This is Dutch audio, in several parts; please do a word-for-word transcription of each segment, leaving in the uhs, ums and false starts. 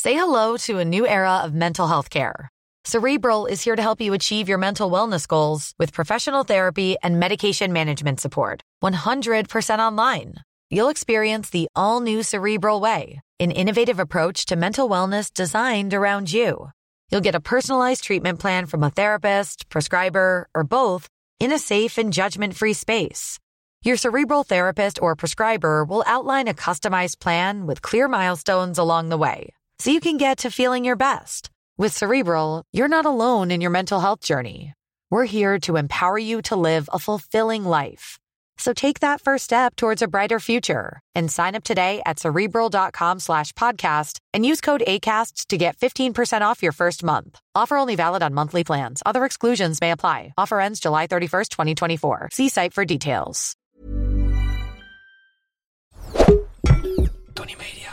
Say hello to a new era of mental health care. Cerebral is here to help you achieve your mental wellness goals with professional therapy and medication management support. one hundred percent online. You'll experience the all-new Cerebral Way, an innovative approach to mental wellness designed around you. You'll get a personalized treatment plan from a therapist, prescriber, or both in a safe and judgment-free space. Your Cerebral therapist or prescriber will outline a customized plan with clear milestones along the way, so you can get to feeling your best. With Cerebral, you're not alone in your mental health journey. We're here to empower you to live a fulfilling life. So take that first step towards a brighter future and sign up today at Cerebral.com slash podcast and use code ACAST to get fifteen percent off your first month. Offer only valid on monthly plans. Other exclusions may apply. Offer ends July thirty-first, twenty twenty-four. See site for details. Tony Media.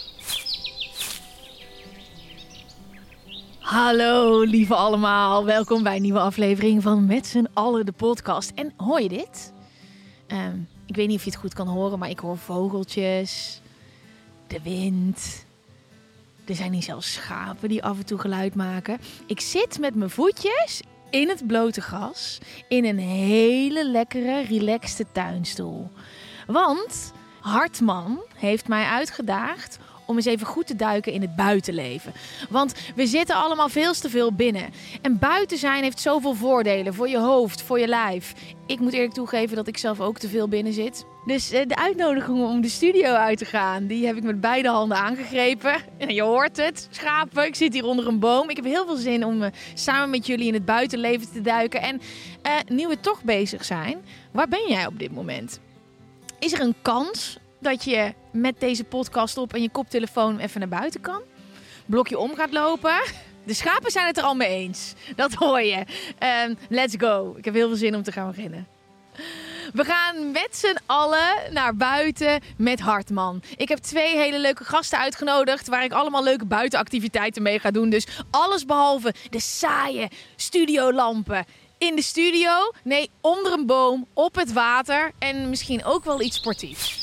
Hallo lieve allemaal, welkom bij een nieuwe aflevering van Met z'n allen de podcast. En hoor je dit? Um, ik weet niet of je het goed kan horen, maar ik hoor vogeltjes, de wind. Er zijn hier zelfs schapen die af en toe geluid maken. Ik zit met mijn voetjes in het blote gras in een hele lekkere, relaxte tuinstoel. Want Hartman heeft mij uitgedaagd om eens even goed te duiken in het buitenleven. Want we zitten allemaal veel te veel binnen. En buiten zijn heeft zoveel voordelen voor je hoofd, voor je lijf. Ik moet eerlijk toegeven dat ik zelf ook te veel binnen zit. Dus uh, de uitnodiging om de studio uit te gaan, die heb ik met beide handen aangegrepen. En je hoort het, schapen. Ik zit hier onder een boom. Ik heb heel veel zin om uh, samen met jullie in het buitenleven te duiken. En uh, nu we toch bezig zijn, waar ben jij op dit moment? Is er een kans dat je met deze podcast op en je koptelefoon even naar buiten kan? Blokje om gaat lopen? De schapen zijn het er al mee eens. Dat hoor je. Um, let's go. Ik heb heel veel zin om te gaan beginnen. We gaan met z'n allen naar buiten met Hartman. Ik heb twee hele leuke gasten uitgenodigd waar ik allemaal leuke buitenactiviteiten mee ga doen. Dus alles behalve de saaie studiolampen in de studio. Nee, onder een boom, op het water en misschien ook wel iets sportiefs.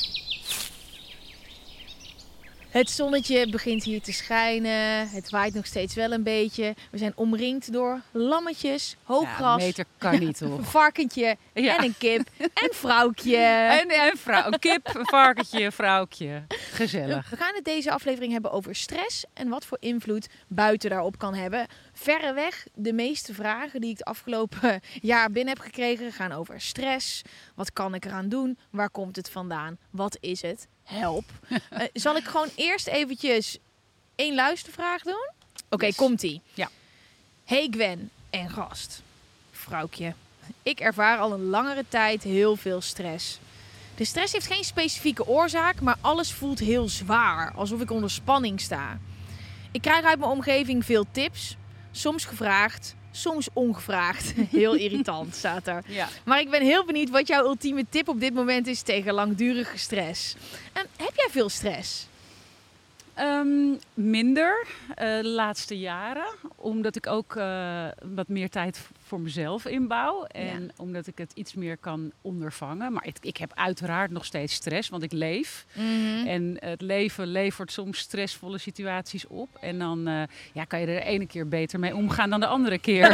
Het zonnetje begint hier te schijnen. Het waait nog steeds wel een beetje. We zijn omringd door lammetjes, hooggras. Ja, een meter kan niet, hoor. Een varkentje ja. En een kip. En vrouwtje. En een vrouw, een kip, een varkentje, een vrouwtje. Gezellig. We gaan het deze aflevering hebben over stress en wat voor invloed buiten daarop kan hebben. Verreweg de meeste vragen die ik de afgelopen jaar binnen heb gekregen gaan over stress. Wat kan ik eraan doen? Waar komt het vandaan? Wat is het? Help. Uh, zal ik gewoon eerst eventjes één luistervraag doen? Oké, okay, yes. Komt-ie. Ja. Hey Gwen en gast. Vrouwtje. Ik ervaar al een langere tijd heel veel stress. De stress heeft geen specifieke oorzaak, maar alles voelt heel zwaar. Alsof ik onder spanning sta. Ik krijg uit mijn omgeving veel tips. Soms gevraagd, soms ongevraagd. Heel irritant staat er. Ja. Maar ik ben heel benieuwd wat jouw ultieme tip op dit moment is tegen langdurige stress. En heb jij veel stress? Um, minder uh, de laatste jaren. Omdat ik ook uh, wat meer tijd voor mezelf inbouw. En ja. omdat ik het iets meer kan ondervangen. Maar ik, ik heb uiteraard nog steeds stress, want ik leef. Mm-hmm. En het leven levert soms stressvolle situaties op. En dan uh, ja, kan je er de ene keer beter mee omgaan dan de andere keer.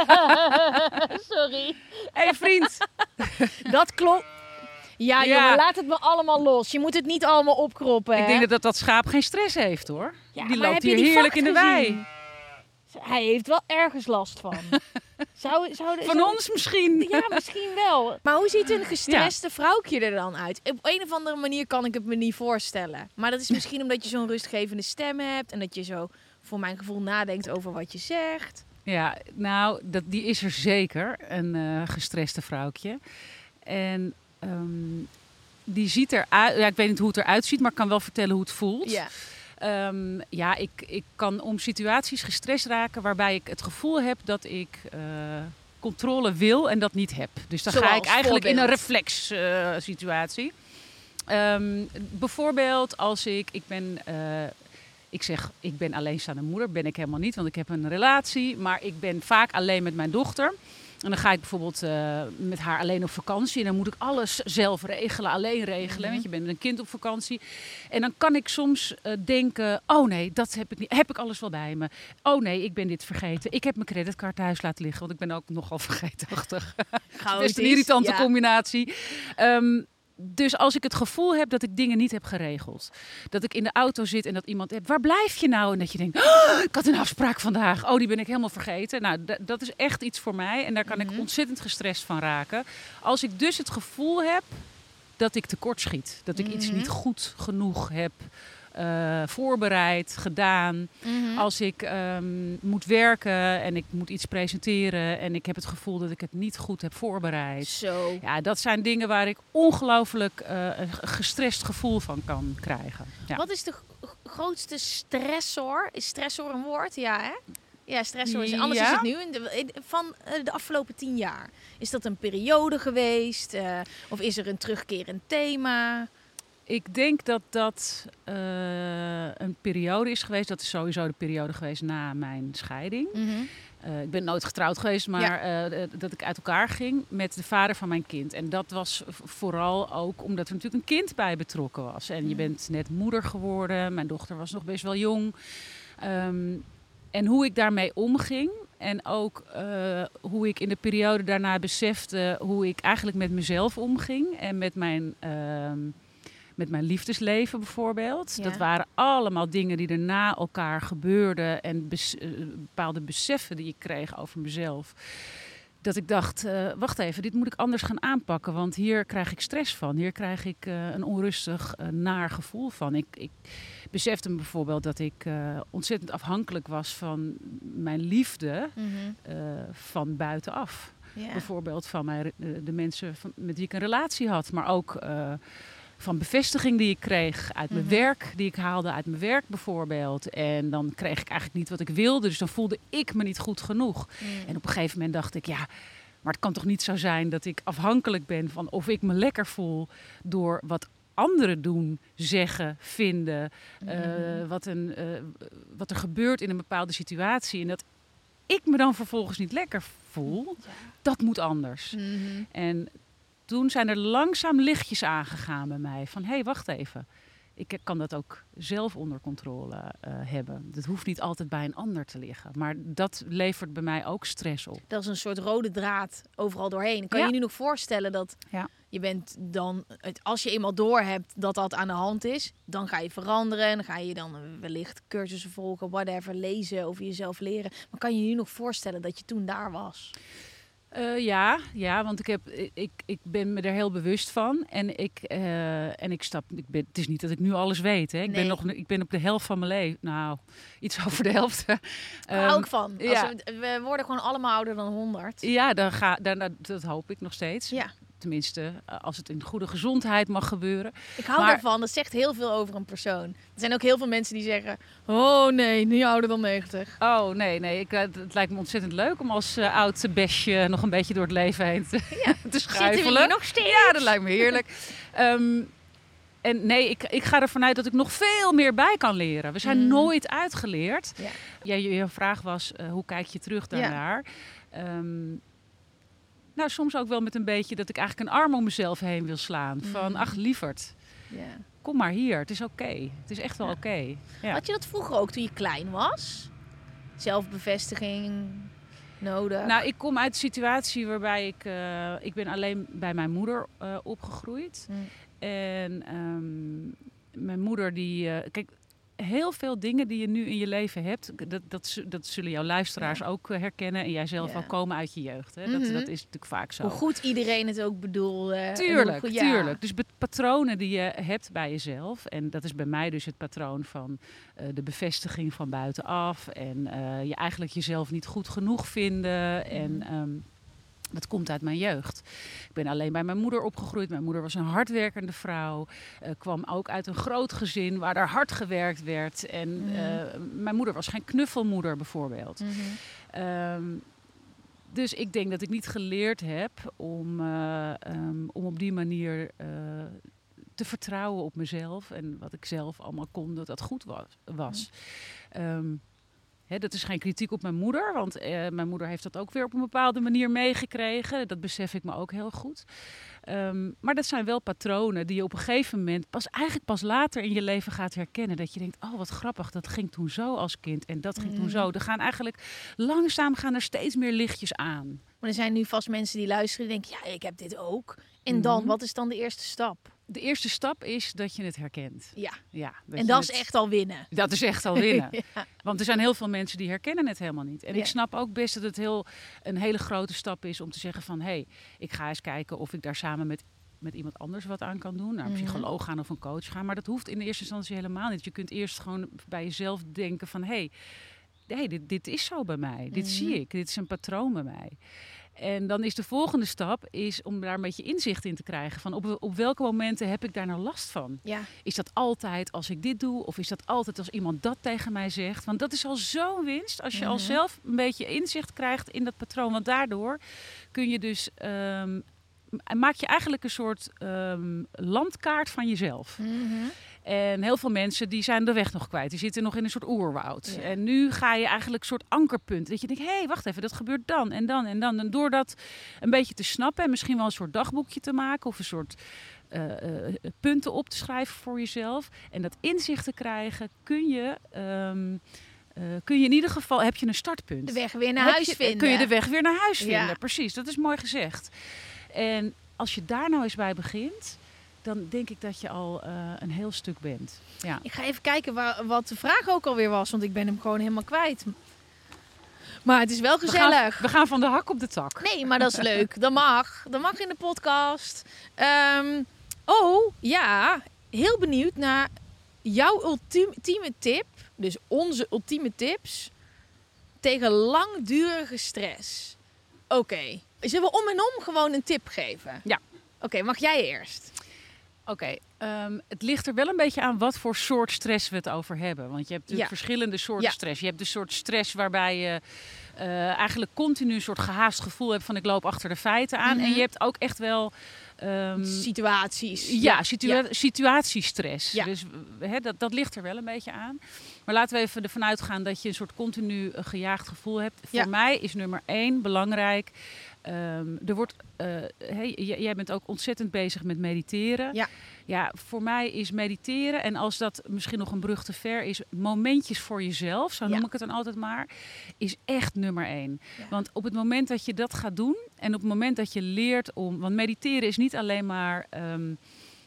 Sorry. Hé hey, vriend. Dat klopt. Ja, ja, jongen, laat het me allemaal los. Je moet het niet allemaal opkroppen. Ik hè? denk dat, dat dat schaap geen stress heeft, hoor. Ja, die maar loopt heb hier je die heerlijk vacht in de gezien? wei. Hij heeft wel ergens last van. zou, zou de, Van zou... ons misschien. Ja, misschien wel. Maar hoe ziet een gestreste ja. vrouwtje er dan uit? Op een of andere manier kan ik het me niet voorstellen. Maar dat is misschien omdat je zo'n rustgevende stem hebt. En dat je zo, voor mijn gevoel, nadenkt over wat je zegt. Ja, nou, dat, die is er zeker. Een uh, gestreste vrouwtje. En Um, die ziet eruit, ja, ik weet niet hoe het eruit ziet, maar ik kan wel vertellen hoe het voelt. Ja, um, ja ik, ik kan om situaties gestrest raken waarbij ik het gevoel heb dat ik uh, controle wil en dat niet heb. Dus dan Zoals ga ik eigenlijk voorbeeld. in een reflex uh, situatie. Um, bijvoorbeeld als ik, ik ben... Uh, Ik zeg, ik ben alleenstaande moeder. Ben ik helemaal niet, want ik heb een relatie. Maar ik ben vaak alleen met mijn dochter. En dan ga ik bijvoorbeeld uh, met haar alleen op vakantie. En dan moet ik alles zelf regelen, alleen regelen. Mm-hmm. Want je bent met een kind op vakantie. En dan kan ik soms uh, denken, oh nee, dat heb ik niet. Heb ik alles wel bij me? Oh nee, ik ben dit vergeten. Ik heb mijn creditcard thuis laten liggen. Want ik ben ook nogal vergeetachtig. Het is een irritante ja. combinatie. Um, Dus als ik het gevoel heb dat ik dingen niet heb geregeld. Dat ik in de auto zit en dat iemand hebt, waar blijf je nou? En dat je denkt, oh, ik had een afspraak vandaag. Oh, die ben ik helemaal vergeten. Nou, d- dat is echt iets voor mij. En daar kan mm-hmm. ik ontzettend gestrest van raken. Als ik dus het gevoel heb dat ik tekortschiet. Dat ik mm-hmm. iets niet goed genoeg heb Uh, voorbereid, gedaan. Mm-hmm. Als ik um, moet werken en ik moet iets presenteren en ik heb het gevoel dat ik het niet goed heb voorbereid. Zo. Ja, dat zijn dingen waar ik ongelooflijk uh, een gestrest gevoel van kan krijgen. Ja. Wat is de g- grootste stressor? Is stressor een woord? Ja, hè? Ja, stressor is. Anders ja. is het nu in de, in, van uh, de afgelopen tien jaar. Is dat een periode geweest? Uh, of is er een terugkerend thema? Ik denk dat dat uh, een periode is geweest. Dat is sowieso de periode geweest na mijn scheiding. Mm-hmm. Uh, ik ben nooit getrouwd geweest, maar ja. uh, dat ik uit elkaar ging met de vader van mijn kind. En dat was vooral ook omdat er natuurlijk een kind bij betrokken was. En mm. je bent net moeder geworden. Mijn dochter was nog best wel jong. Um, en hoe ik daarmee omging. En ook uh, hoe ik in de periode daarna besefte hoe ik eigenlijk met mezelf omging. En met mijn... Uh, Met mijn liefdesleven bijvoorbeeld. Ja. Dat waren allemaal dingen die er na elkaar gebeurden. En bes- uh, bepaalde beseffen die ik kreeg over mezelf. Dat ik dacht, uh, wacht even, dit moet ik anders gaan aanpakken. Want hier krijg ik stress van. Hier krijg ik uh, een onrustig, uh, naar gevoel van. Ik, ik besefte me bijvoorbeeld dat ik uh, ontzettend afhankelijk was van mijn liefde mm-hmm. uh, van buitenaf. Yeah. Bijvoorbeeld van mijn, uh, de mensen van, met wie ik een relatie had. Maar ook... Uh, van bevestiging die ik kreeg uit mijn mm-hmm. werk, die ik haalde uit mijn werk bijvoorbeeld. En dan kreeg ik eigenlijk niet wat ik wilde, dus dan voelde ik me niet goed genoeg. Mm. En op een gegeven moment dacht ik, ja, maar het kan toch niet zo zijn dat ik afhankelijk ben van of ik me lekker voel door wat anderen doen, zeggen, vinden, mm-hmm. uh, wat, een, uh, wat er gebeurt in een bepaalde situatie. En dat ik me dan vervolgens niet lekker voel, ja. dat moet anders. Mm-hmm. En toen zijn er langzaam lichtjes aangegaan bij mij. Van, hé, hey, wacht even. Ik kan dat ook zelf onder controle uh, hebben. Dat hoeft niet altijd bij een ander te liggen. Maar dat levert bij mij ook stress op. Dat is een soort rode draad overal doorheen. Kan ja. je je nu nog voorstellen dat ja. je bent dan... Als je eenmaal doorhebt dat dat aan de hand is... dan ga je veranderen. En dan ga je dan wellicht cursussen volgen, whatever, lezen, over jezelf leren. Maar kan je je nu nog voorstellen dat je toen daar was? Uh, ja, ja, want ik, heb, ik, ik ben me er heel bewust van. En ik, uh, en ik stap. Ik ben, het is niet dat ik nu alles weet. Hè. Ik, nee. ben nog, ik ben op de helft van mijn leven. Nou, iets over de helft. Daar um, hou ik van. Als ja. we, we worden gewoon allemaal ouder dan honderd. Ja, dan ga, dan, dat hoop ik nog steeds. Ja. Tenminste, als het in goede gezondheid mag gebeuren. Ik hou maar, daarvan. Dat zegt heel veel over een persoon. Er zijn ook heel veel mensen die zeggen... Oh nee, niet ouder dan negentig. Oh nee, nee. Ik, het lijkt me ontzettend leuk om als uh, oud besje nog een beetje door het leven heen te, ja. te schuifelen. Zitten we hier nog steeds? Ja, dat lijkt me heerlijk. um, en nee, ik, ik ga ervan uit dat ik nog veel meer bij kan leren. We zijn mm. nooit uitgeleerd. Ja. Ja, je, je vraag was, uh, hoe kijk je terug daarnaar? Ja. Um, Nou, soms ook wel met een beetje dat ik eigenlijk een arm om mezelf heen wil slaan. Van, mm. ach lieverd, yeah. kom maar hier. Het is oké. Okay. Het is echt wel ja. oké. Okay. Ja. Had je dat vroeger ook toen je klein was? Zelfbevestiging nodig? Nou, ik kom uit een situatie waarbij ik... Uh, ik ben alleen bij mijn moeder uh, opgegroeid. Mm. En um, mijn moeder die... Uh, kijk, heel veel dingen die je nu in je leven hebt, dat, dat, dat zullen jouw luisteraars ja. ook herkennen. En jij zelf ja. ook komen uit je jeugd. Hè? Dat, mm-hmm. dat is natuurlijk vaak zo. Hoe goed iedereen het ook bedoelde. Tuurlijk, goed, ja. tuurlijk. Dus patronen die je hebt bij jezelf. En dat is bij mij dus het patroon van uh, de bevestiging van buitenaf. En uh, je eigenlijk jezelf niet goed genoeg vinden. Mm. En... Um, dat komt uit mijn jeugd. Ik ben alleen bij mijn moeder opgegroeid. Mijn moeder was een hardwerkende vrouw. Uh, kwam ook uit een groot gezin waar er hard gewerkt werd. En mm. uh, mijn moeder was geen knuffelmoeder bijvoorbeeld. Mm-hmm. Um, dus ik denk dat ik niet geleerd heb om, uh, um, om op die manier uh, te vertrouwen op mezelf. En wat ik zelf allemaal kon, dat dat goed was. was. Mm. Um, Hè, dat is geen kritiek op mijn moeder, want uh, mijn moeder heeft dat ook weer op een bepaalde manier meegekregen. Dat besef ik me ook heel goed. Um, maar dat zijn wel patronen die je op een gegeven moment, pas eigenlijk pas later in je leven gaat herkennen. Dat je denkt, oh wat grappig, dat ging toen zo als kind en dat ging mm. toen zo. Er gaan eigenlijk langzaam gaan er steeds meer lichtjes aan. Maar er zijn nu vast mensen die luisteren en denken, ja, ik heb dit ook. En dan, mm-hmm. wat is dan de eerste stap? De eerste stap is dat je het herkent. Ja, ja dat en dat is het... echt al winnen. Dat is echt al winnen. ja. Want er zijn heel veel mensen die herkennen het helemaal niet. En ja. ik snap ook best dat het heel, een hele grote stap is om te zeggen van... hé, hey, ik ga eens kijken of ik daar samen met, met iemand anders wat aan kan doen. Naar een mm-hmm. psycholoog gaan of een coach gaan. Maar dat hoeft in de eerste instantie helemaal niet. Je kunt eerst gewoon bij jezelf denken van... hé, hey, hey, dit, dit is zo bij mij. Dit mm-hmm. zie ik. Dit is een patroon bij mij. En dan is de volgende stap is om daar een beetje inzicht in te krijgen. Van op, op welke momenten heb ik daar nou last van? Ja. Is dat altijd als ik dit doe? Of is dat altijd als iemand dat tegen mij zegt? Want dat is al zo'n winst als je mm-hmm. al zelf een beetje inzicht krijgt in dat patroon. Want daardoor kun je dus... Um, maak je eigenlijk een soort um, landkaart van jezelf. Mm-hmm. En heel veel mensen die zijn de weg nog kwijt. Die zitten nog in een soort oerwoud. Ja. En nu ga je eigenlijk een soort ankerpunt. Dat je denkt, hé, hey, wacht even, dat gebeurt dan en dan en dan. En door dat een beetje te snappen en misschien wel een soort dagboekje te maken... of een soort uh, uh, punten op te schrijven voor jezelf... en dat inzicht te krijgen, kun je... Um, Uh, kun je in ieder geval, heb je een startpunt. De weg weer naar heb huis je, vinden. Kun je de weg weer naar huis vinden, ja. Precies. Dat is mooi gezegd. En als je daar nou eens bij begint... dan denk ik dat je al uh, een heel stuk bent. Ja. Ik ga even kijken waar, wat de vraag ook alweer was, want ik ben hem gewoon helemaal kwijt. Maar het is wel gezellig. We gaan, we gaan van de hak op de tak. Nee, maar dat is leuk. Dat mag. Dat mag in de podcast. Um, oh, ja. Heel benieuwd naar jouw ultieme tip. Dus onze ultieme tips tegen langdurige stress. Oké. Okay. Zullen we om en om gewoon een tip geven? Ja. Oké, okay, mag jij eerst? Oké, okay, um, het ligt er wel een beetje aan wat voor soort stress we het over hebben. Want je hebt natuurlijk ja. verschillende soorten ja. stress. Je hebt de soort stress waarbij je uh, eigenlijk continu een soort gehaast gevoel hebt van ik loop achter de feiten aan. Mm-hmm. En je hebt ook echt wel... Um, situaties. Ja, situa- ja. situatiestress. Ja. Dus he, dat, dat ligt er wel een beetje aan. Maar laten we even ervan uitgaan dat je een soort continu uh, gejaagd gevoel hebt. Voor ja. mij is nummer één belangrijk... Um, er wordt, uh, hey, j- jij bent ook ontzettend bezig met mediteren. Ja. Ja, voor mij is mediteren, en als dat misschien nog een brug te ver is, momentjes voor jezelf, zo noem ja. ik het dan altijd maar, is echt nummer één. Ja. Want op het moment dat je dat gaat doen en op het moment dat je leert om, want mediteren is niet alleen maar um,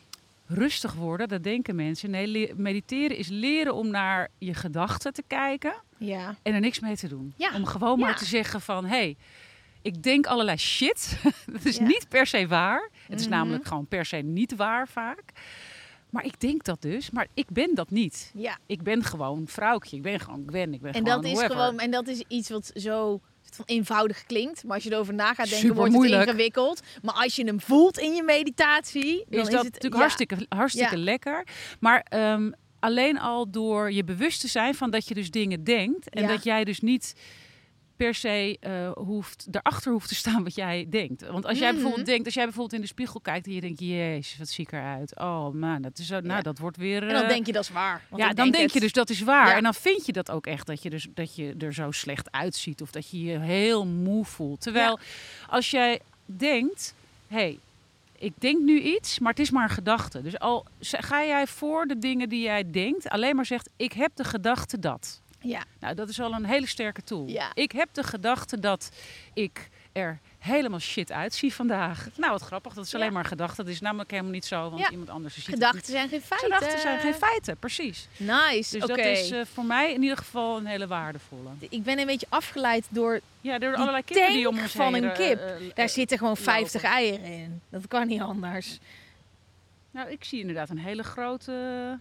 rustig worden, dat denken mensen. Nee, le- mediteren is leren om naar je gedachten te kijken ja. en er niks mee te doen. Ja. Om gewoon ja. maar te zeggen van, hé, hey, ik denk allerlei shit. Dat is ja. niet per se waar. Het is mm-hmm. namelijk gewoon per se niet waar vaak. Maar ik denk dat dus. Maar ik ben dat niet. Ja. Ik ben gewoon vrouwtje. Ik ben gewoon Gwen. Ik ben en gewoon dat is whoever. gewoon En dat is iets wat zo van eenvoudig klinkt. Maar als je erover na gaat denken, Super wordt moeilijk. het ingewikkeld. Maar als je hem voelt in je meditatie, dan is is dat het natuurlijk ja. hartstikke, hartstikke ja. lekker. Maar um, alleen al door je bewust te zijn van dat je dus dingen denkt. En ja. dat jij dus niet... per se uh, hoeft, erachter hoeft te staan wat jij denkt. Want als jij mm-hmm. bijvoorbeeld denkt, als jij bijvoorbeeld in de spiegel kijkt en je denkt, jezus, wat zie ik eruit. Oh man, dat is zo, nou, ja. dat wordt weer. Uh, en dan denk je dat is waar. Want ja, dan denk, denk het... je dus dat is waar. Ja. En dan vind je dat ook echt dat je dus dat je er zo slecht uitziet of dat je je heel moe voelt. Terwijl ja. als jij denkt, hé, hey, ik denk nu iets, maar het is maar een gedachte. Dus al ga jij voor de dingen die jij denkt, alleen maar zegt, ik heb de gedachte dat. Ja. Nou, dat is al een hele sterke tool. Ja. Ik heb de gedachte dat ik er helemaal shit uitzie vandaag. Nou, wat grappig. Dat is alleen ja. maar een gedachte. Dat is namelijk helemaal niet zo, want ja. iemand anders ziet Gedachten het zijn geen feiten. Gedachten zijn geen feiten, precies. Nice, Dus oké. okay. dat is uh, voor mij in ieder geval een hele waardevolle. Ik ben een beetje afgeleid door ja, door allerlei kippen die om ons van heen, een kip. Uh, uh, Daar zitten gewoon vijftig lopen. eieren in. Dat kan niet anders. Nou, ik zie inderdaad een hele grote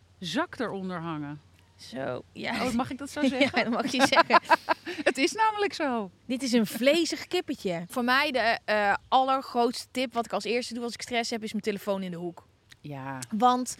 zak eronder hangen. Zo, ja. Oh, mag ik dat zo zeggen? Ja, dat mag je zeggen. Het is namelijk zo. Dit is een vlezig kippetje. Voor mij de uh, allergrootste tip, wat ik als eerste doe als ik stress heb, is mijn telefoon in de hoek. Ja. Want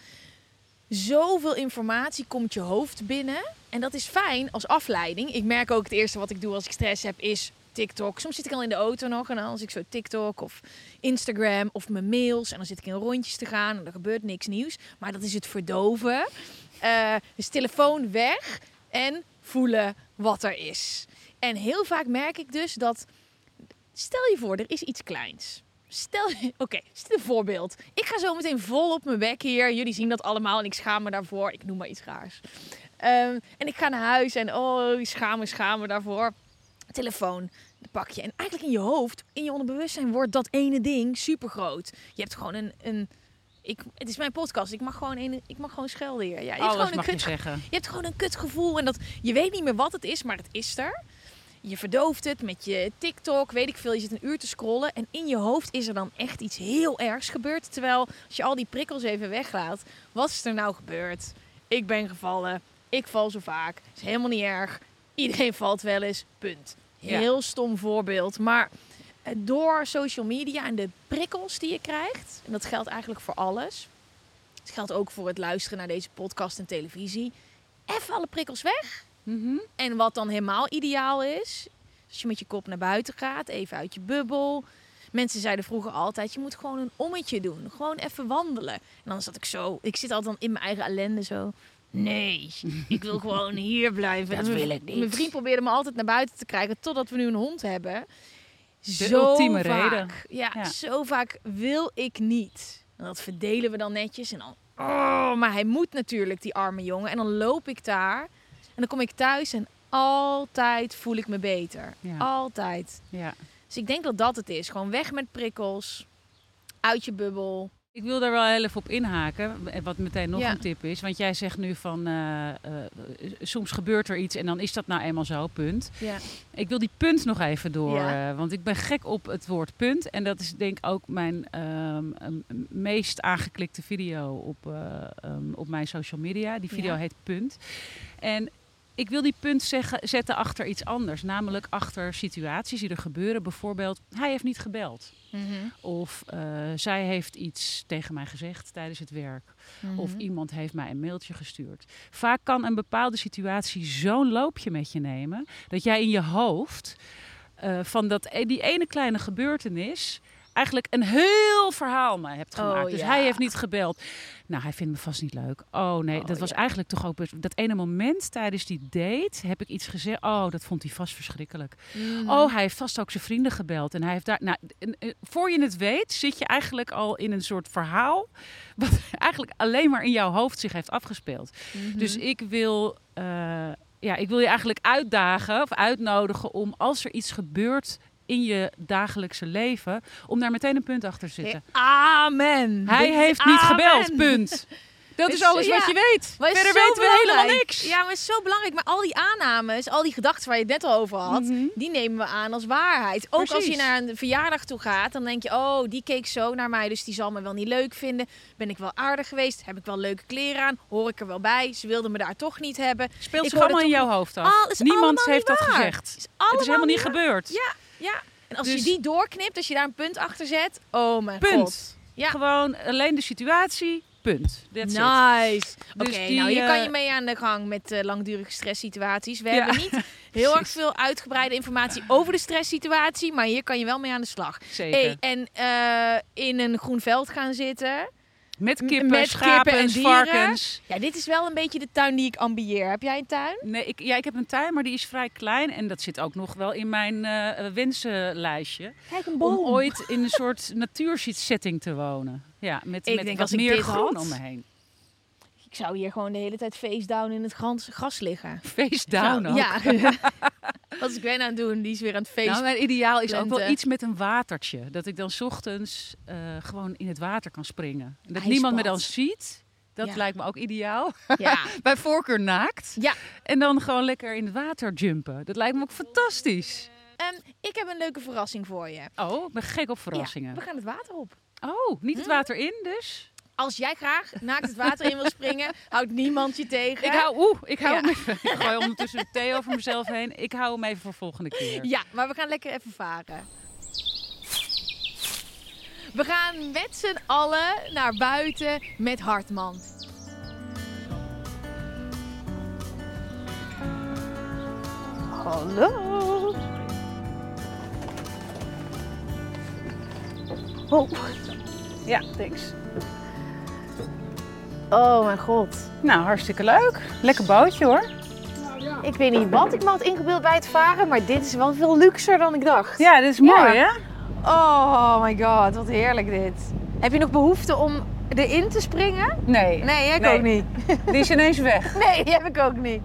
zoveel informatie komt je hoofd binnen. En dat is fijn als afleiding. Ik merk ook het eerste wat ik doe als ik stress heb is TikTok. Soms zit ik al in de auto nog en dan als ik zo TikTok of Instagram of mijn mails. En dan zit ik in rondjes te gaan en er gebeurt niks nieuws. Maar dat is het verdoven. Uh, dus telefoon weg en voelen, wat er is. En heel vaak merk ik dus dat... Stel je voor, er is iets kleins. Stel, oké, okay, stel een voorbeeld. Ik ga zo meteen vol op mijn bek hier. Jullie zien dat allemaal en ik schaam me daarvoor. Ik noem maar iets raars. Um, en ik ga naar huis en oh, schaam me, schaam me daarvoor. Telefoon, pak je. En eigenlijk in je hoofd, in je onderbewustzijn wordt dat ene ding super groot. Je hebt gewoon een... een ik, het is mijn podcast, ik mag gewoon, een, ik mag gewoon schelden hier. Ja, je Alles hebt gewoon mag een je kut, zeggen. Je hebt gewoon een kutgevoel en dat, je weet niet meer wat het is, maar het is er. Je verdooft het met je TikTok, weet ik veel. Je zit een uur te scrollen en in je hoofd is er dan echt iets heel ergs gebeurd. Terwijl, als je al die prikkels even weglaat, wat is er nou gebeurd? Ik ben gevallen, ik val zo vaak, is helemaal niet erg. Iedereen valt wel eens, punt. Heel ja. stom voorbeeld, maar door social media en de prikkels die je krijgt, en dat geldt eigenlijk voor alles. Het geldt ook voor het luisteren naar deze podcast en televisie. Even alle prikkels weg. Mm-hmm. En wat dan helemaal ideaal is, als je met je kop naar buiten gaat, even uit je bubbel. Mensen zeiden vroeger altijd, je moet gewoon een ommetje doen. Gewoon even wandelen. En dan zat ik zo, ik zit altijd dan in mijn eigen ellende zo. Nee, ik wil gewoon hier blijven. Dat wil ik niet. Mijn vriend probeerde me altijd naar buiten te krijgen, totdat we nu een hond hebben. De zo ultieme vaak, reden. Ja, ja, zo vaak wil ik niet. En dat verdelen we dan netjes. En dan, oh, maar hij moet natuurlijk, die arme jongen. En dan loop ik daar. En dan kom ik thuis en altijd voel ik me beter. Ja. Altijd. Ja. Dus ik denk dat dat het is. Gewoon weg met prikkels. Uit je bubbel. Ik wil daar wel heel even op inhaken, wat meteen nog ja. een tip is. Want jij zegt nu van, uh, uh, soms gebeurt er iets en dan is dat nou eenmaal zo, punt. Ja. Ik wil die punt nog even door, ja. uh, want ik ben gek op het woord punt. En dat is denk ik ook mijn um, um, meest aangeklikte video op, uh, um, op mijn social media. Die video ja. heet Punt. En ik wil die punt zeggen, zetten achter iets anders. Namelijk achter situaties die er gebeuren. Bijvoorbeeld, hij heeft niet gebeld. Mm-hmm. Of uh, zij heeft iets tegen mij gezegd tijdens het werk. Mm-hmm. Of iemand heeft mij een mailtje gestuurd. Vaak kan een bepaalde situatie zo'n loopje met je nemen, dat jij in je hoofd uh, van dat, die ene kleine gebeurtenis eigenlijk een heel verhaal me hebt gemaakt. Oh, dus ja. hij heeft niet gebeld. Nou, hij vindt me vast niet leuk. Oh nee, oh, dat was ja. eigenlijk toch ook... Dat ene moment tijdens die date heb ik iets gezegd. Oh, dat vond hij vast verschrikkelijk. Mm-hmm. Oh, hij heeft vast ook zijn vrienden gebeld. En hij heeft daar... Nou, voor je het weet, zit je eigenlijk al in een soort verhaal, wat eigenlijk alleen maar in jouw hoofd zich heeft afgespeeld. Mm-hmm. Dus ik wil... Uh, ja, ik wil je eigenlijk uitdagen of uitnodigen om, als er iets gebeurt in je dagelijkse leven, om daar meteen een punt achter te zitten. Hey, amen. Hij Dit heeft amen. niet gebeld, punt. Dat is, is alles ja, wat je weet. Verder weten we helemaal niks. Ja, maar het is zo belangrijk. Maar al die aannames, al die gedachten waar je het net al over had, mm-hmm. die nemen we aan als waarheid. Ook Precies. Als je naar een verjaardag toe gaat, dan denk je, oh, die keek zo naar mij, dus die zal me wel niet leuk vinden. Ben ik wel aardig geweest? Heb ik wel leuke kleren aan? Hoor ik er wel bij? Ze wilden me daar toch niet hebben. Speelt zich allemaal in jouw hoofd af. Al, Niemand heeft dat waar. gezegd. Is het is helemaal niet waar. gebeurd. Ja, ja. En als dus, je die doorknipt, als je daar een punt achter zet, oh mijn punt. god. Ja. Gewoon alleen de situatie, punt. That's nice. Dus Oké, okay, nou hier kan je mee aan de gang met uh, langdurige stresssituaties. We ja. hebben niet heel erg veel uitgebreide informatie over de stresssituatie, maar hier kan je wel mee aan de slag. Zeker. Hey, en uh, in een groen veld gaan zitten. Met kippen, met schapen, kippen en varkens. Ja, dit is wel een beetje de tuin die ik ambieer. Heb jij een tuin? Nee, ik, ja, ik heb een tuin, maar die is vrij klein. En dat zit ook nog wel in mijn uh, wensenlijstje. Kijk, een boom. Om ooit in een soort natuursetting te wonen. Ja, met, ik met denk, wat als meer ik dit groen had, om me heen. Ik zou hier gewoon de hele tijd face down in het gras, gras liggen. Face down ook? Ja. Wat is Gwen aan het doen? Die is weer aan het face. Nou, mijn ideaal is Lente. ook wel iets met een watertje. Dat ik dan 's ochtends uh, gewoon in het water kan springen. Dat IJsbad. niemand me dan ziet. Dat ja. lijkt me ook ideaal. Ja. Bij voorkeur naakt. Ja. En dan gewoon lekker in het water jumpen. Dat lijkt me ook fantastisch. Um, ik heb een leuke verrassing voor je. Oh, ik ben gek op verrassingen. Ja, we gaan het water op. Oh, niet het water in dus? Als jij graag naakt het water in wil springen, houdt niemand je tegen. Ik hou, oeh, ik hou ja. hem even. Ik gooi ondertussen de thee over mezelf heen. Ik hou hem even voor volgende keer. Ja, maar we gaan lekker even varen. We gaan met z'n allen naar buiten met Hartman. Hallo. Oh. Ja, thanks. Oh mijn god. Nou, hartstikke leuk. Lekker bootje hoor. Nou ja, Ik weet niet wat ik me had ingebeeld bij het varen, maar dit is wel veel luxer dan ik dacht. Ja, dit is mooi, Ja. hè? Oh my god, wat heerlijk dit. Heb je nog behoefte om erin te springen? Nee. Nee, ik Nee. ook niet. Die is ineens weg. Nee, die heb ik ook niet.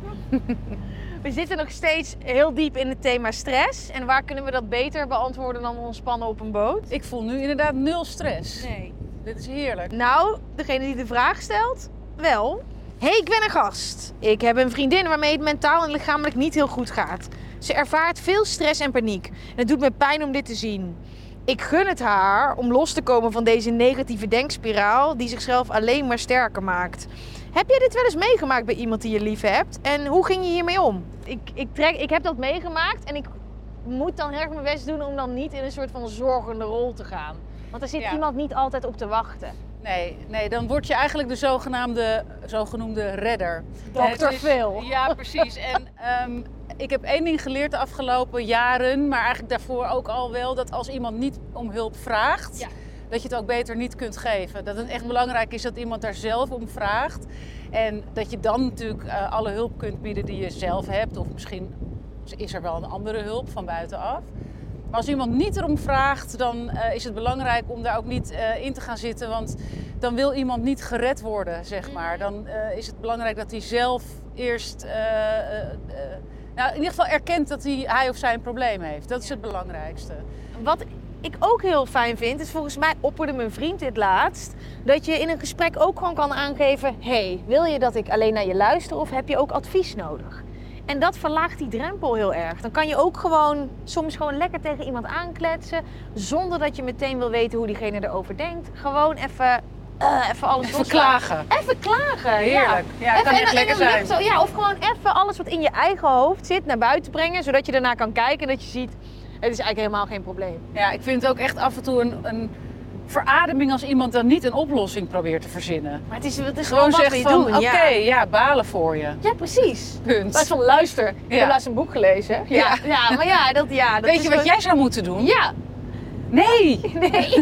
We zitten nog steeds heel diep in het thema stress. En waar kunnen we dat beter beantwoorden dan ontspannen op een boot? Ik voel nu inderdaad nul stress. Nee. Dit is heerlijk. Nou, degene die de vraag stelt, wel. Hey, ik ben een gast. Ik heb een vriendin waarmee het mentaal en lichamelijk niet heel goed gaat. Ze ervaart veel stress en paniek. En het doet me pijn om dit te zien. Ik gun het haar om los te komen van deze negatieve denkspiraal die zichzelf alleen maar sterker maakt. Heb je dit wel eens meegemaakt bij iemand die je lief hebt? En hoe ging je hiermee om? Ik, ik, trek, ik heb dat meegemaakt en ik moet dan heel erg mijn best doen om dan niet in een soort van zorgende rol te gaan. Want er zit Ja. iemand niet altijd op te wachten. Nee, nee, dan word je eigenlijk de zogenaamde, zogenoemde redder. dokter Het is- Phil. Ja, precies. En ehm, ik heb één ding geleerd de afgelopen jaren, maar eigenlijk daarvoor ook al wel, dat als iemand niet om hulp vraagt, Ja. dat je het ook beter niet kunt geven. Dat het echt belangrijk is dat iemand daar zelf om vraagt. En dat je dan natuurlijk uh, alle hulp kunt bieden die je zelf hebt. Of misschien is er wel een andere hulp van buitenaf. Maar als iemand niet erom vraagt, dan uh, is het belangrijk om daar ook niet uh, in te gaan zitten. Want dan wil iemand niet gered worden, zeg maar. Dan uh, is het belangrijk dat hij zelf eerst uh, uh, uh, nou, in ieder geval erkent dat hij, hij of zij een probleem heeft. Dat is het belangrijkste. Wat ik ook heel fijn vind, is volgens mij opperde mijn vriend dit laatst, dat je in een gesprek ook gewoon kan aangeven, hey, wil je dat ik alleen naar je luister of heb je ook advies nodig? En dat verlaagt die drempel heel erg. Dan kan je ook gewoon soms gewoon lekker tegen iemand aankletsen, zonder dat je meteen wil weten hoe diegene erover denkt. Gewoon even, uh, even alles Even loslaten. klagen. Even klagen, Heerlijk. ja. Ja, Even kan echt in- in lekker een zijn. lucht zo- ja, of gewoon even alles wat in je eigen hoofd zit naar buiten brengen, zodat je daarna kan kijken en dat je ziet, het is eigenlijk helemaal geen probleem. Ja, ik vind het ook echt af en toe een, een verademing als iemand dan niet een oplossing probeert te verzinnen. Maar het is, het is Gewoon gewoon wat zegt we van, doen. oké, ja. ja, balen voor je. Ja, precies. Punt. Plaats van luister. Ik Ja. heb laatst een boek gelezen. Ja, ja. Ja. maar ja, dat, ja, dat Weet is je wat wel- jij zou moeten doen? Ja. Nee! Nee.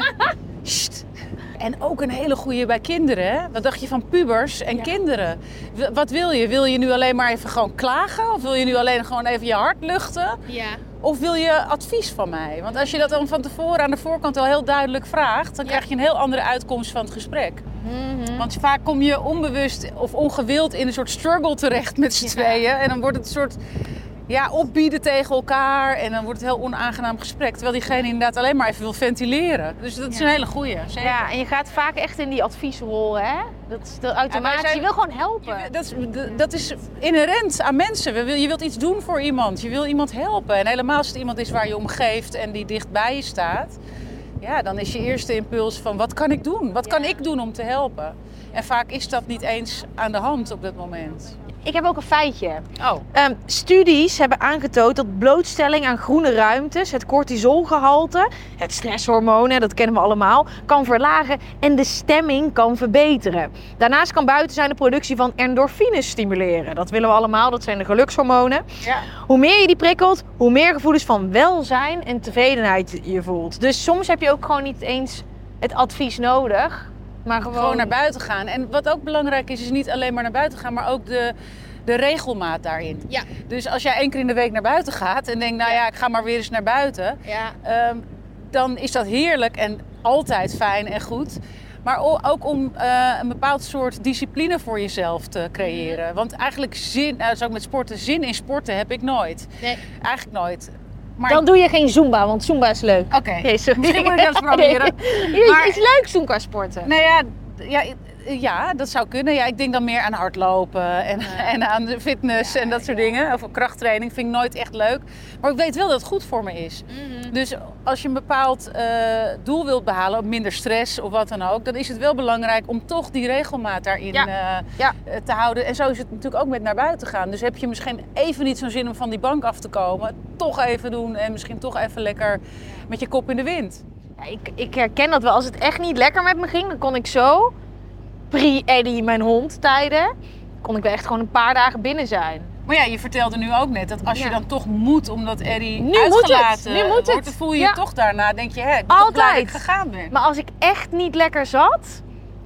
Sst. En ook een hele goeie bij kinderen, hè? Wat dacht je van pubers en Ja. kinderen? W- Wat wil je? Wil je nu alleen maar even gewoon klagen? Of wil je nu alleen gewoon even je hart luchten? Ja. Of wil je advies van mij? Want als je dat dan van tevoren aan de voorkant al heel duidelijk vraagt, dan Ja. krijg je een heel andere uitkomst van het gesprek. Mhm. Want vaak kom je onbewust of ongewild in een soort struggle terecht met z'n Ja. tweeën. En dan wordt het een soort ja, opbieden tegen elkaar. En dan wordt het een heel onaangenaam gesprek. Terwijl diegene inderdaad alleen maar even wil ventileren. Dus dat is Ja. een hele goeie. Zeker. Ja, en je gaat vaak echt in die adviesrol, hè? Dat is de automatisch. zijn- Je wil gewoon helpen. Je- dat, is, dat is inherent aan mensen. We wil- Je wilt iets doen voor iemand. Je wil iemand helpen. En helemaal als het iemand is waar je om geeft en die dicht bij je staat. Ja, dan is je eerste impuls van wat kan ik doen? Wat kan Ja. ik doen om te helpen? En vaak is dat niet eens aan de hand op dat moment. Ik heb ook een feitje. Oh. Um, studies hebben aangetoond dat blootstelling aan groene ruimtes het cortisolgehalte, het stresshormoon, hè, dat kennen we allemaal, kan verlagen en de stemming kan verbeteren. Daarnaast kan buiten zijn de productie van endorfines stimuleren. Dat willen we allemaal, dat zijn de gelukshormonen. Ja. Hoe meer je die prikkelt, hoe meer gevoelens van welzijn en tevredenheid je voelt. Dus soms heb je ook gewoon niet eens het advies nodig, maar gewoon, Gewoon naar buiten gaan. En wat ook belangrijk is, is niet alleen maar naar buiten gaan, maar ook de, de regelmaat daarin. Ja. Dus als jij één keer in de week naar buiten gaat en denkt, nou ja, ik ga maar weer eens naar buiten. Ja. Ehm, dan is dat heerlijk en altijd fijn en goed. Maar o- ook om eh, een bepaald soort discipline voor jezelf te creëren. Want eigenlijk zin, nou, dat is ook met sporten, zin in sporten heb ik nooit. Nee. Eigenlijk nooit. Maar Dan doe je geen Zumba, want Zumba is leuk. Oké, Nee, sorry. misschien moet ik dat eens proberen. Nee. Maar- Het is leuk Zumba sporten. Nou ja, ja, ja, dat zou kunnen. Ja, ik denk dan meer aan hardlopen en, en aan de fitness en dat soort dingen. Of krachttraining vind ik nooit echt leuk. Maar ik weet wel dat het goed voor me is. Mhm. Dus als je een bepaald eh, doel wilt behalen, minder stress of wat dan ook, dan is het wel belangrijk om toch die regelmaat daarin Ja. eh, Ja. eh, te houden. En zo is het natuurlijk ook met naar buiten gaan. Dus heb je misschien even niet zo'n zin om van die bank af te komen, toch even doen en misschien toch even lekker met je kop in de wind. Ja, ik, ik herken dat wel. Als het echt niet lekker met me ging, dan kon ik zo, pre-Eddie, mijn hond, tijden, kon ik wel echt gewoon een paar dagen binnen zijn. Maar ja, je vertelde nu ook net dat als je Ja. dan toch moet, omdat Eddie Nu moet het, uitgelaten nu moet wordt, het. dan voel je Ja. je toch daarna, denk je, hè, ik ben toch blij dat ik Altijd. gegaan ben. Maar als ik echt niet lekker zat,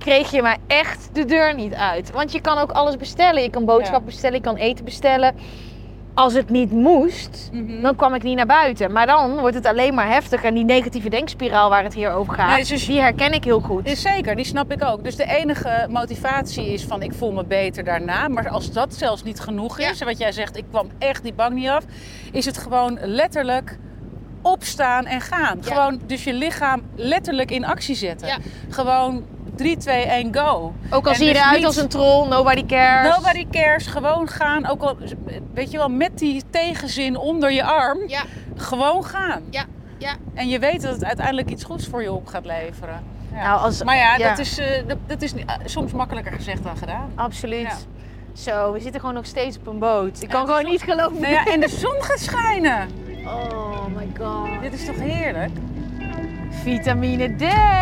kreeg je mij echt de deur niet uit. Want je kan ook alles bestellen. Je kan boodschappen ja. bestellen, je kan eten bestellen. Als het niet moest, mm-hmm. dan kwam ik niet naar buiten. Maar dan wordt het alleen maar heftiger. En die negatieve denkspiraal waar het hier over gaat, nee, dus die herken ik heel goed. Is zeker, die snap ik ook. Dus de enige motivatie is van ik voel me beter daarna. Maar als dat zelfs niet genoeg is, ja. wat jij zegt, ik kwam echt die bang niet af. Is het gewoon letterlijk opstaan en gaan. Ja. Gewoon dus je lichaam letterlijk in actie zetten. Ja. Gewoon drie, twee, één, go. Ook al en zie je dus eruit niet, als een troll, nobody cares. Nobody cares, gewoon gaan. Ook al, weet je wel, met die tegenzin onder je arm. Ja. Gewoon gaan. Ja. Ja. En je weet dat het uiteindelijk iets goeds voor je op gaat leveren. Ja. Nou, als, maar ja, ja. Dat, is, uh, dat, dat is uh, soms makkelijker gezegd dan gedaan. Absoluut. Ja. Zo, we zitten gewoon nog steeds op een boot. Ik ja, kan gewoon zon... niet geloven. Nou ja, en de zon gaat schijnen. Oh my god. Dit is toch heerlijk? Vitamine D.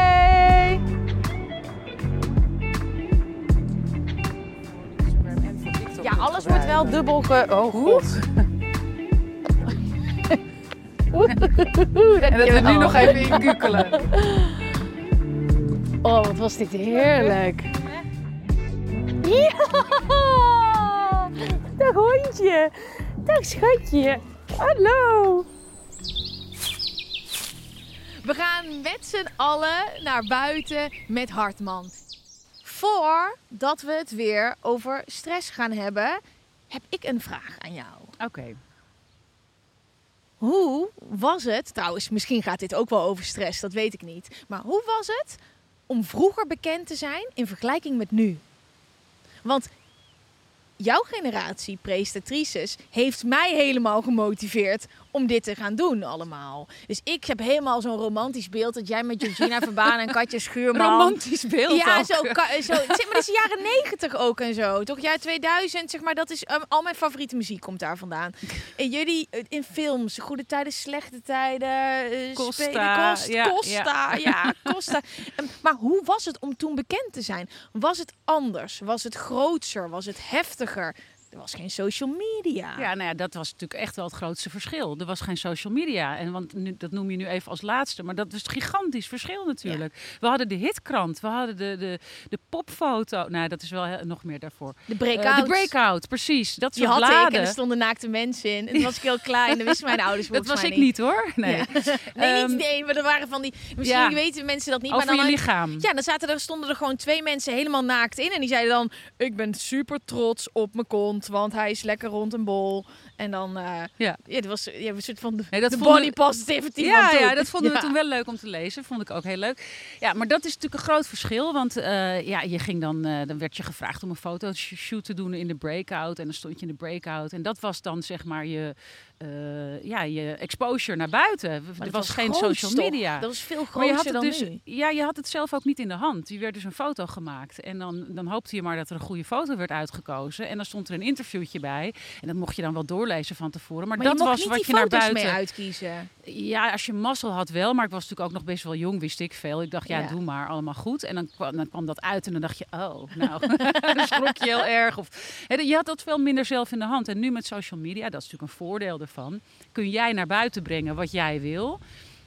Ja, alles wordt wel dubbel ge... Oh god. En dat we nu nog even inkukelen. Oh, wat was dit heerlijk. Ja! Dag hondje. Dag schatje. Hallo. We gaan met z'n allen naar buiten met Hartman. Voordat we het weer over stress gaan hebben, heb ik een vraag aan jou. Oké. Okay. Hoe was het, trouwens misschien gaat dit ook wel over stress, dat weet ik niet. Maar hoe was het om vroeger bekend te zijn in vergelijking met nu? Want jouw generatie presentatrices heeft mij helemaal gemotiveerd om dit te gaan doen allemaal. Dus ik heb helemaal zo'n romantisch beeld dat jij met Georgina Verbaan en Katja Schuurman... Romantisch beeld Ja, ook. zo, zo. Zeg maar, dat is de jaren negentig ook en zo. Toch, jaar tweeduizend, zeg maar, dat is... Um, al mijn favoriete muziek komt daar vandaan. En jullie in films, goede tijden, slechte tijden... Uh, Costa. Spelen, Cost, ja, Costa, ja, ja Costa. Um, maar hoe was het om toen bekend te zijn? Was het anders? Was het grootser? Was het heftiger? Er was geen social media. Ja, nou ja, dat was natuurlijk echt wel het grootste verschil. Er was geen social media. En want nu, dat noem je nu even als laatste. Maar dat was een gigantisch verschil natuurlijk. Ja. We hadden de hitkrant. We hadden de, de, de popfoto. Nou, dat is wel heel, nog meer daarvoor. De breakout. Uh, de breakout, precies. Dat soort Die had bladen. ik en er stonden naakte mensen in. En toen was ik heel klein. Dat wisten mijn ouders volgens mij niet. Dat was ik niet, hoor. Nee, ja. nee um, niet nee, maar er waren van die... Misschien ja. weten mensen dat niet. Over maar dan je lichaam. Ja, dan zaten er, stonden er gewoon twee mensen helemaal naakt in. En die zeiden dan... Ik ben super trots op mijn kont. Want hij is lekker rond een bol. En dan... Uh, ja. ja, dat was ja, een soort van de, nee, dat de body positivity ja, van ja, dat vonden ja. we toen wel leuk om te lezen. Vond ik ook heel leuk. Ja, maar dat is natuurlijk een groot verschil. Want uh, ja, je ging dan... Uh, dan werd je gevraagd om een fotoshoot te doen in de breakout. En dan stond je in de breakout. En dat was dan zeg maar je... Uh, ja, je exposure naar buiten. Er was, was geen groot, social media. Dat was veel groter dan dus, nu. Ja, je had het zelf ook niet in de hand. Je werd dus een foto gemaakt. En dan, dan hoopte je maar dat er een goede foto werd uitgekozen. En dan stond er een interviewtje bij. En dat mocht je dan wel doorlezen van tevoren. Maar, maar dat je was wat je naar buiten... mee uitkiezen. Ja, als je mazzel had wel. Maar ik was natuurlijk ook nog best wel jong, wist ik veel. Ik dacht, ja, ja. doe maar, allemaal goed. En dan kwam, dan kwam dat uit en dan dacht je, oh, nou, dan schrok je heel erg. Of, he, je had dat veel minder zelf in de hand. En nu met social media, dat is natuurlijk een voordeel ervan, kun jij naar buiten brengen wat jij wil.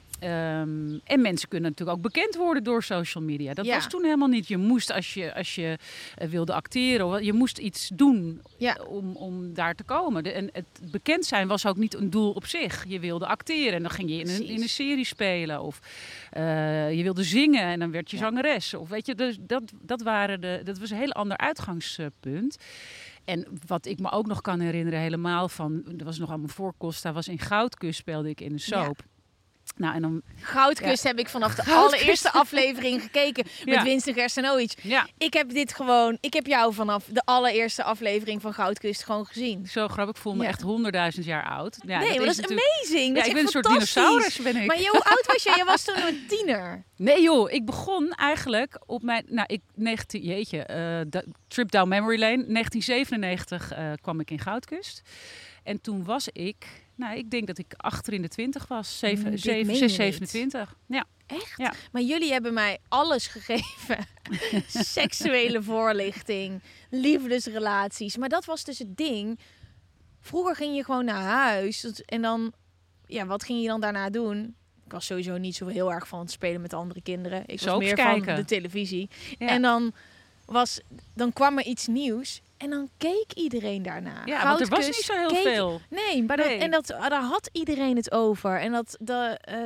Um, en mensen kunnen natuurlijk ook bekend worden door social media. Dat ja. was toen helemaal niet. Je moest, als je, als je uh, wilde acteren, je moest iets doen ja. om, om daar te komen. De, en het bekend zijn was ook niet een doel op zich. Je wilde acteren en dan ging je in een, in een serie spelen. Of uh, je wilde zingen en dan werd je ja. zangeres. Of weet je, dus dat, dat, waren de, dat was een heel ander uitgangspunt. En wat ik me ook nog kan herinneren helemaal van... Dat was nog allemaal voor Costa, was in Goudkust speelde ik in een soap. Ja. Nou, en dan, Goudkust ja. heb ik vanaf de Goudkust. allereerste aflevering gekeken met ja. Winston Gerstenovic. Ja. Ik heb dit gewoon, ik heb jou vanaf de allereerste aflevering van Goudkust gewoon gezien. Zo grappig, ik voel me ja. echt honderdduizend jaar oud. Ja, nee, dat maar is dat is amazing. Dat ja, is ik ben een soort dinosaurus, ben ik. Maar hoe oud was jij? Jij was toen een tiener. Nee joh, ik begon eigenlijk op mijn, nou ik, negentien, jeetje, uh, Trip Down Memory Lane. negentien zevenennegentig uh, kwam ik in Goudkust. En toen was ik... Nou, ik denk dat ik achter in de twintig was. zeven, zeven, zes, zevenentwintig. Ja. Echt? Ja. Maar jullie hebben mij alles gegeven. Seksuele voorlichting, liefdesrelaties. Maar dat was dus het ding. Vroeger ging je gewoon naar huis. En dan, ja, wat ging je dan daarna doen? Ik was sowieso niet zo heel erg van het spelen met andere kinderen. Ik was Soaps meer kijken. van de televisie. Ja. En dan, was, dan kwam er iets nieuws. En dan keek iedereen daarna. Ja, want er was Goudkus niet zo heel keek- veel. Nee, maar Nee. Dat, en dat, daar had iedereen het over. En dat, dat eh,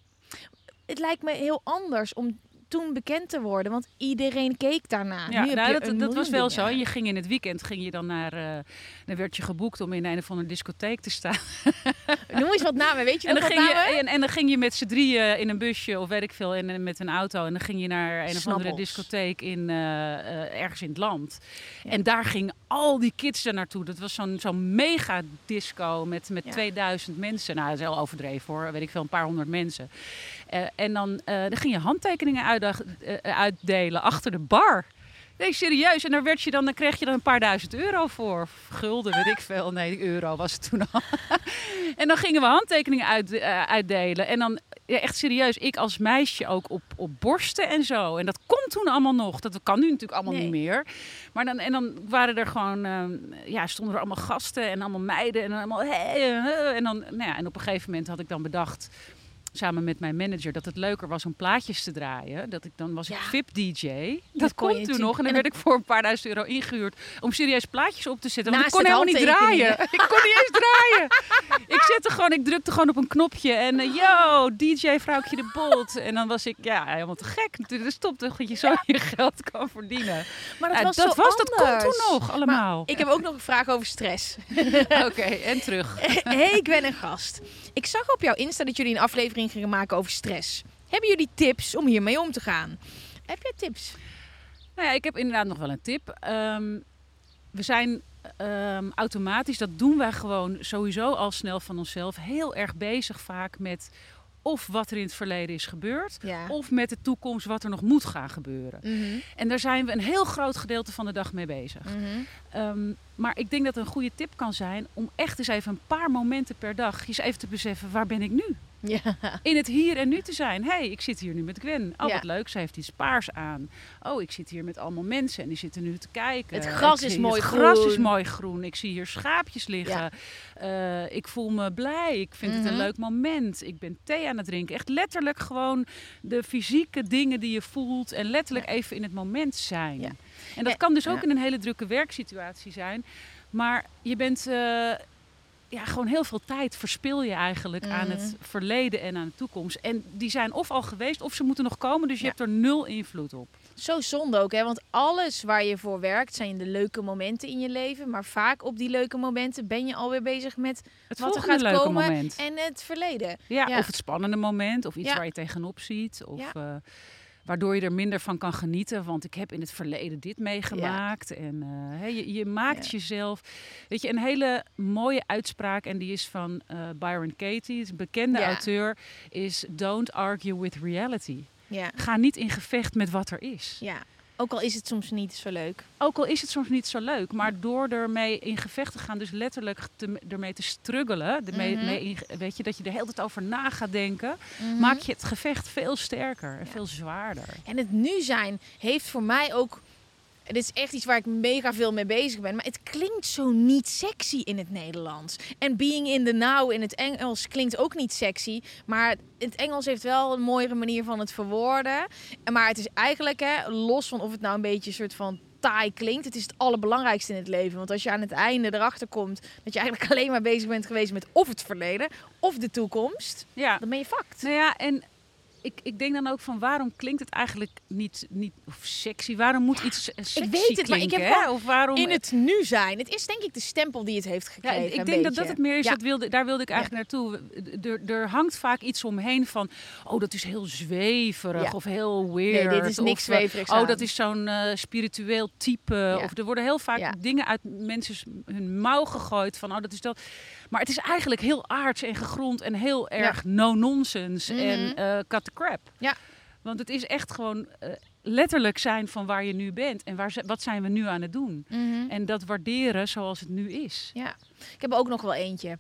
het lijkt me heel anders om toen bekend te worden, want iedereen keek daarna. Ja, nu heb nou, je dat, een dat was miljoen wel zo. dingen. Je ging in het weekend ging je dan naar, uh, dan werd je geboekt om in een of andere discotheek te staan. Noem eens wat namen, weet je En nog dan, wat ging je, namen? en, en dan ging je met z'n drieën in een busje of weet ik veel, en, en met een auto. En dan ging je naar een of andere Snappels. discotheek in, uh, uh, ergens in het land. Ja. En daar gingen al die kids er naartoe. Dat was zo'n zo'n mega disco met, met Ja. tweeduizend mensen. Nou, dat is heel overdreven hoor, weet ik veel, een paar honderd mensen. Uh, en dan, uh, dan ging je handtekeningen uitdag, uh, uitdelen achter de bar. Nee, serieus. En daar, werd je dan, dan kreeg je dan een paar duizend euro voor. Gulden, weet ik veel. Nee, euro was het toen al. En dan gingen we handtekeningen uit, uh, uitdelen. En dan, ja, echt serieus, ik als meisje ook op, op borsten en zo. En dat kon toen allemaal nog. Dat kan nu natuurlijk allemaal Nee. niet meer. Maar dan, en dan waren er gewoon, uh, ja, stonden er allemaal gasten en allemaal meiden. En, allemaal, hey, uh, en, dan, nou ja, en op een gegeven moment had ik dan bedacht, samen met mijn manager, dat het leuker was om plaatjes te draaien. Dat ik, dan was ik Ja. V I P-D J. Dat, Dat kon kon je toen zien. nog. En dan En werd ik voor een paar duizend euro ingehuurd om serieus plaatjes op te zetten. Want Naast ik kon het helemaal niet draaien. handtekeningen. Ik kon niet eens draaien. Ik zette gewoon, ik drukte gewoon op een knopje. En uh, yo, D J vrouwtje de Bolt. En dan was ik, ja, helemaal te gek natuurlijk. Dus stop toch dat je zo je geld kan verdienen. Maar dat Ja, was dat, zo was, dat kon anders. toen nog allemaal. Ik heb ook nog een vraag over stress. Oké, okay, en terug. Hey, ik ben een gast. Ik zag op jouw Insta dat jullie een aflevering gingen maken over stress. Hebben jullie tips om hiermee om te gaan? Heb jij tips? Nou ja, ik heb inderdaad nog wel een tip. Um, we zijn um, automatisch, dat doen wij gewoon sowieso al snel van onszelf, heel erg bezig vaak met of wat er in het verleden is gebeurd, Ja. of met de toekomst wat er nog moet gaan gebeuren. Mm-hmm. En daar zijn we een heel groot gedeelte van de dag mee bezig. Mm-hmm. Um, maar ik denk dat een goede tip kan zijn om echt eens even een paar momenten per dag eens even te beseffen, waar ben ik nu? Ja. In het hier en nu te zijn. Hé, hey, ik zit hier nu met Gwen. Oh, Ja. wat leuk. Ze heeft iets paars aan. Oh, ik zit hier met allemaal mensen en die zitten nu te kijken. Het gras Ik is zie- mooi Het gras groen. is mooi groen. Ik zie hier schaapjes liggen. Ja. Uh, ik voel me blij. Ik vind Mm-hmm. het een leuk moment. Ik ben thee aan het drinken. Echt letterlijk gewoon de fysieke dingen die je voelt. En letterlijk Ja. even in het moment zijn. Ja. En dat Ja. kan dus ook Ja. in een hele drukke werksituatie zijn. Maar je bent... Uh, Ja, gewoon heel veel tijd verspil je eigenlijk Mm. aan het verleden en aan de toekomst. En die zijn of al geweest of ze moeten nog komen. Dus je Ja. hebt er nul invloed op. Zo zonde ook, hè? Want alles waar je voor werkt zijn de leuke momenten in je leven. Maar vaak op die leuke momenten ben je alweer bezig met Het wat er volgende gaat leuke komen moment. en het verleden. Ja, Ja. Of het spannende moment. Of iets Ja. waar je tegenop ziet. Of Ja. uh, waardoor je er minder van kan genieten. Want ik heb in het verleden dit meegemaakt. En uh, hey, je, je maakt Ja. jezelf... Weet je, een hele mooie uitspraak. En die is van uh, Byron Katie. Een bekende Ja. auteur. Is don't argue with reality. Ja. Ga niet in gevecht met wat er is. Ja. Ook al is het soms niet zo leuk. Ook al is het soms niet zo leuk, maar door ermee in gevecht te gaan, dus letterlijk te, ermee te struggelen, ermee, Mhm. mee in, weet je, dat je er heel tijd over na gaat denken, Mhm. maak je het gevecht veel sterker en Ja. veel zwaarder. En het nu zijn heeft voor mij ook... Dit is echt iets waar ik mega veel mee bezig ben. Maar het klinkt zo niet sexy in het Nederlands. En being in the now in het Engels klinkt ook niet sexy. Maar het Engels heeft wel een mooiere manier van het verwoorden. Maar het is eigenlijk, hè, los van of het nou een beetje een soort van taai klinkt. Het is het allerbelangrijkste in het leven. Want als je aan het einde erachter komt dat je eigenlijk alleen maar bezig bent geweest met of het verleden of de toekomst. Ja, Dan ben je fucked. nou ja, en ik, ik denk dan ook van waarom klinkt het eigenlijk niet, niet of sexy? Waarom moet iets sexy ik weet het, maar ik klinken, heb hè? gewoon Of waarom... In het nu zijn. Het is denk ik de stempel die het heeft Ja, gekregen. ik een denk dat beetje. dat het meer is, Ja. dat wilde, daar wilde ik eigenlijk naartoe. Er, er hangt vaak iets omheen van, oh dat is heel zweverig Ja. of heel weird. Nee, dit is niks of, uh, zweverigs Oh, aan. dat is zo'n uh, spiritueel type. Ja. Of er worden heel vaak Ja. dingen uit mensen hun mouw gegooid van, oh dat is dat. Maar het is eigenlijk heel aards en gegrond en heel erg no-nonsense Mhm. en uh, cut the crap. Ja. Want het is echt gewoon uh, letterlijk zijn van waar je nu bent en waar, wat zijn we nu aan het doen. Mhm. En dat waarderen zoals het nu is. Ja, ik heb ook nog wel eentje.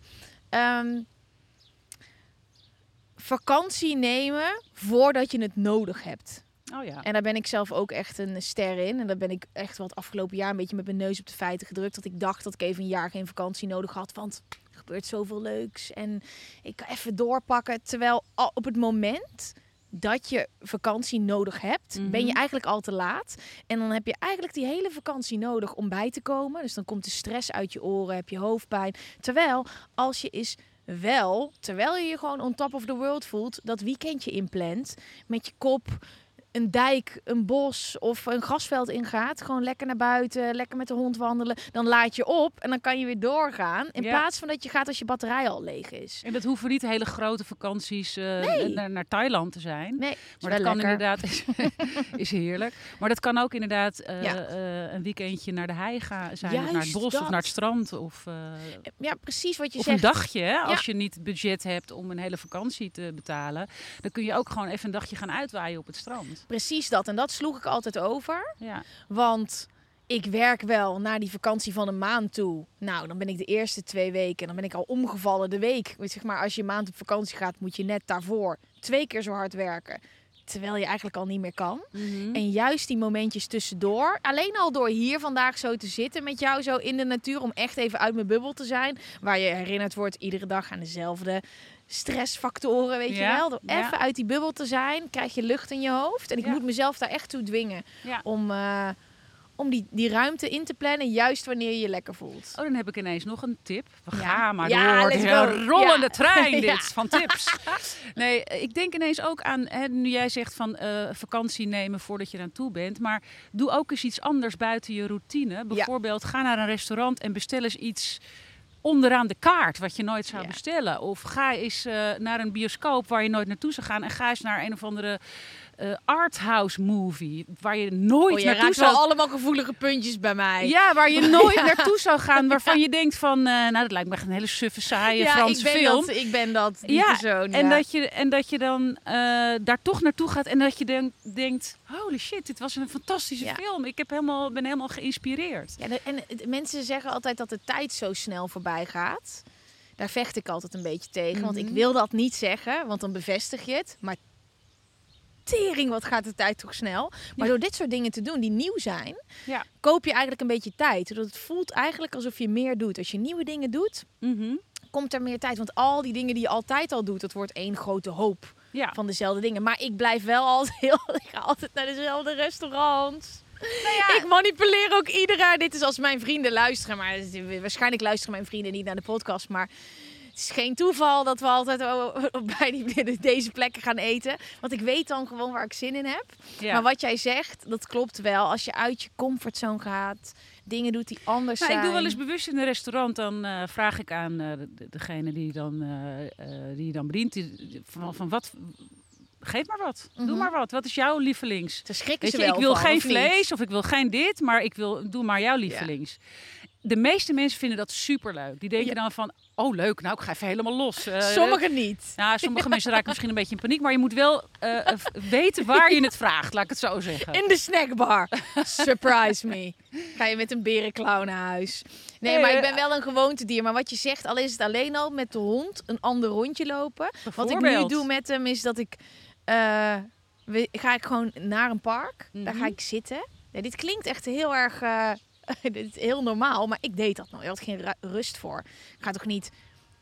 Um, vakantie nemen voordat je het nodig hebt. Oh ja. En daar ben ik zelf ook echt een ster in. En daar ben ik echt wel het afgelopen jaar een beetje met mijn neus op de feiten gedrukt. Dat ik dacht dat ik even een jaar geen vakantie nodig had. Want gebeurt zoveel leuks. En ik kan even doorpakken. Terwijl al op het moment dat je vakantie nodig hebt, mm-hmm. ben je eigenlijk al te laat. En dan heb je eigenlijk die hele vakantie nodig om bij te komen. Dus dan komt de stress uit je oren, heb je hoofdpijn. Terwijl als je is wel, terwijl je je gewoon on top of the world voelt, dat weekendje inplant met je kop een dijk, een bos of een grasveld ingaat. Gewoon lekker naar buiten, lekker met de hond wandelen. Dan laat je op en dan kan je weer doorgaan. In ja. plaats van dat je gaat als je batterij al leeg is. En dat hoeven niet hele grote vakanties uh, nee. naar, naar Thailand te zijn. Nee, maar dat kan lekker. Inderdaad, is, is heerlijk. Maar dat kan ook inderdaad uh, ja. uh, een weekendje naar de hei gaan zijn. Juist of naar het bos dat. Of naar het strand. Of, uh, ja, precies wat je of zegt. Of een dagje, hè? Als ja. je niet budget hebt om een hele vakantie te betalen. Dan kun je ook gewoon even een dagje gaan uitwaaien op het strand. Precies dat. En dat sloeg ik altijd over. Ja. Want ik werk wel naar die vakantie van een maand toe. Nou, dan ben ik de eerste twee weken. Dan ben ik al omgevallen de week. Zeg maar, als je een maand op vakantie gaat, moet je net daarvoor twee keer zo hard werken. Terwijl je eigenlijk al niet meer kan. Mm-hmm. En juist die momentjes tussendoor. Alleen al door hier vandaag zo te zitten met jou zo in de natuur. Om echt even uit mijn bubbel te zijn. Waar je herinnerd wordt iedere dag aan dezelfde stressfactoren, weet ja, je wel. Door ja. even uit die bubbel te zijn, krijg je lucht in je hoofd. En ik ja. moet mezelf daar echt toe dwingen. Ja. Om, uh, om die, die ruimte in te plannen, juist wanneer je je lekker voelt. Oh, dan heb ik ineens nog een tip. We ja. gaan maar ja, door. Een rollende ja. trein dit, ja. van tips. Nee, ik denk ineens ook aan, hè, nu jij zegt van uh, vakantie nemen voordat je eraan toe bent. Maar doe ook eens iets anders buiten je routine. Bijvoorbeeld, ja. ga naar een restaurant en bestel eens iets onderaan de kaart wat je nooit zou ja. bestellen. Of ga eens uh, naar een bioscoop waar je nooit naartoe zou gaan. En ga eens naar een of andere uh, arthouse movie waar je nooit oh, je naartoe raakt zou... wel allemaal gevoelige puntjes bij mij. Ja, waar je nooit ja. naartoe zou gaan. Waarvan je denkt van, uh, nou dat lijkt me echt een hele suffe, saaie ja, Franse ik ben film. Dat, ik ben dat, die ja, persoon. Ja. En, dat je, en dat je dan uh, daar toch naartoe gaat en dat je denk, denkt, holy shit, dit was een fantastische ja. film. Ik heb helemaal, ben helemaal geïnspireerd. Ja, de, en de, mensen zeggen altijd dat de tijd zo snel voorbij gaat. Daar vecht ik altijd een beetje tegen. Mm-hmm. Want ik wil dat niet zeggen, want dan bevestig je het. Maar tering, wat gaat de tijd toch snel. Maar ja. door dit soort dingen te doen die nieuw zijn, ja. koop je eigenlijk een beetje tijd. Zodat het voelt eigenlijk alsof je meer doet. Als je nieuwe dingen doet, mm-hmm. komt er meer tijd. Want al die dingen die je altijd al doet, dat wordt één grote hoop ja. van dezelfde dingen. Maar ik blijf wel altijd heel... Ik ga altijd naar dezelfde restaurants. Nou ja. Ik manipuleer ook iedereen. Dit is als mijn vrienden luisteren. Maar waarschijnlijk luisteren mijn vrienden niet naar de podcast. Maar het is geen toeval dat we altijd bij die, deze plekken gaan eten. Want ik weet dan gewoon waar ik zin in heb. Ja. Maar wat jij zegt, dat klopt wel. Als je uit je comfortzone gaat, dingen doet die anders nou, zijn. Ik doe wel eens bewust in een restaurant. Dan uh, vraag ik aan uh, de, degene die dan, uh, uh, die dan bedient. Die, van, van wat... Geef maar wat. Mm-hmm. Doe maar wat. Wat is jouw lievelings? Daar schrikken Weet ze je, wel ik wil van, geen of vlees niet? of ik wil geen dit, maar ik wil doe maar jouw lievelings. Ja. De meeste mensen vinden dat superleuk. Die denken ja. dan van, oh leuk, nou ik ga even helemaal los. Uh, Sommigen niet. Nou, sommige mensen raken misschien een beetje in paniek, maar je moet wel uh, weten waar je het vraagt, laat ik het zo zeggen. In de snackbar. Surprise me. Ga je met een berenklauw naar huis. Nee, maar ik ben wel een gewoontedier. Maar wat je zegt, al is het alleen al met de hond een ander rondje lopen. Wat ik nu doe met hem is dat ik... Uh, we, ga ik gewoon naar een park. Mm-hmm. Daar ga ik zitten. Ja, dit klinkt echt heel erg... Uh, dit is heel normaal, maar ik deed dat nooit. Ik had geen ru- rust voor. Ik ga toch niet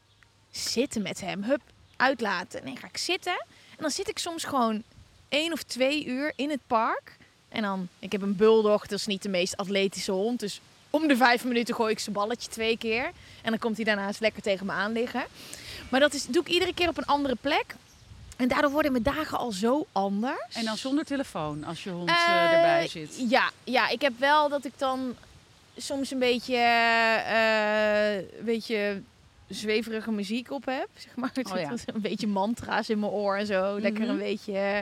zitten met hem. Hup, uitlaten. Nee, ga ik zitten. En dan zit ik soms gewoon één of twee uur in het park. En dan, ik heb een bulldog. Dat is niet de meest atletische hond. Dus om de vijf minuten gooi ik zijn balletje twee keer. En dan komt hij daarna eens lekker tegen me aan liggen. Maar dat is, doe ik iedere keer op een andere plek. En daardoor worden mijn dagen al zo anders. En dan zonder telefoon als je hond uh, erbij zit. Ja, ja, ik heb wel dat ik dan soms een beetje, uh, een beetje zweverige muziek op heb. Zeg maar. Oh, ja. Een beetje mantra's in mijn oor en zo. Mm-hmm. Lekker een beetje...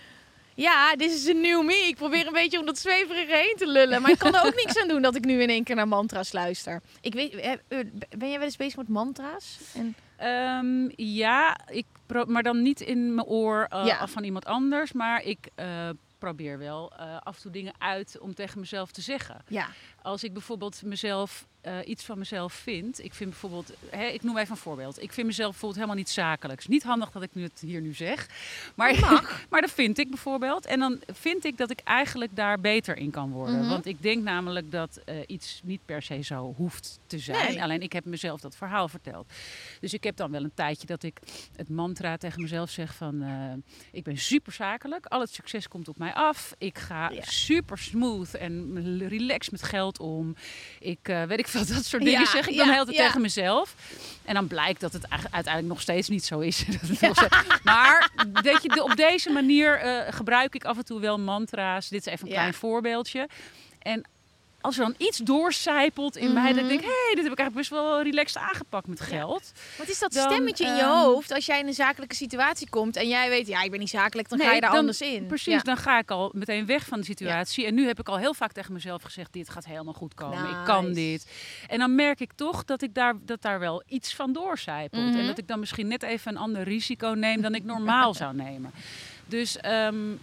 Ja, dit is een new me. Ik probeer een beetje om dat zweverige heen te lullen. Maar ik kan er ook niks aan doen dat ik nu in één keer naar mantra's luister. Ik weet, ben jij wel eens bezig met mantra's? En... Um, ja, ik pro- maar dan niet in mijn oor uh, ja. van iemand anders. Maar ik uh, probeer wel uh, af en toe dingen uit om tegen mezelf te zeggen. Ja. als ik bijvoorbeeld mezelf uh, iets van mezelf vind. Ik vind bijvoorbeeld, hè, ik noem even een voorbeeld. Ik vind mezelf bijvoorbeeld helemaal niet zakelijk. Het is niet handig dat ik nu het hier nu zeg. Maar, maar dat vind ik bijvoorbeeld. En dan vind ik dat ik eigenlijk daar beter in kan worden. Mm-hmm. Want ik denk namelijk dat uh, iets niet per se zo hoeft te zijn. Nee. Alleen ik heb mezelf dat verhaal verteld. Dus ik heb dan wel een tijdje dat ik het mantra tegen mezelf zeg van... Uh, ik ben super zakelijk. Al het succes komt op mij af. Ik ga ja. super smooth en relaxed met geld om. Ik uh, weet ik veel, dat soort dingen ja, zeg ik dan ja, heel tijd ja. tegen mezelf. En dan blijkt dat het uiteindelijk nog steeds niet zo is. Ja. Maar weet je, op deze manier uh, gebruik ik af en toe wel mantra's. Dit is even een ja. klein voorbeeldje. En als er dan iets doorcijpelt in mm-hmm. mij, dan denk ik, hé, hey, dit heb ik eigenlijk best wel relaxed aangepakt met geld. Ja. Wat is dat dan, stemmetje in je um, hoofd als jij in een zakelijke situatie komt en jij weet, ja, ik ben niet zakelijk, dan nee, ga je daar dan, anders in. Precies, ja. dan ga ik al meteen weg van de situatie. Ja. En nu heb ik al heel vaak tegen mezelf gezegd, dit gaat helemaal goed komen. Nice. Ik kan dit. En dan merk ik toch dat ik daar, dat daar wel iets van doorcijpelt. Mm-hmm. En dat ik dan misschien net even een ander risico neem dan ik normaal zou nemen. Dus... Um,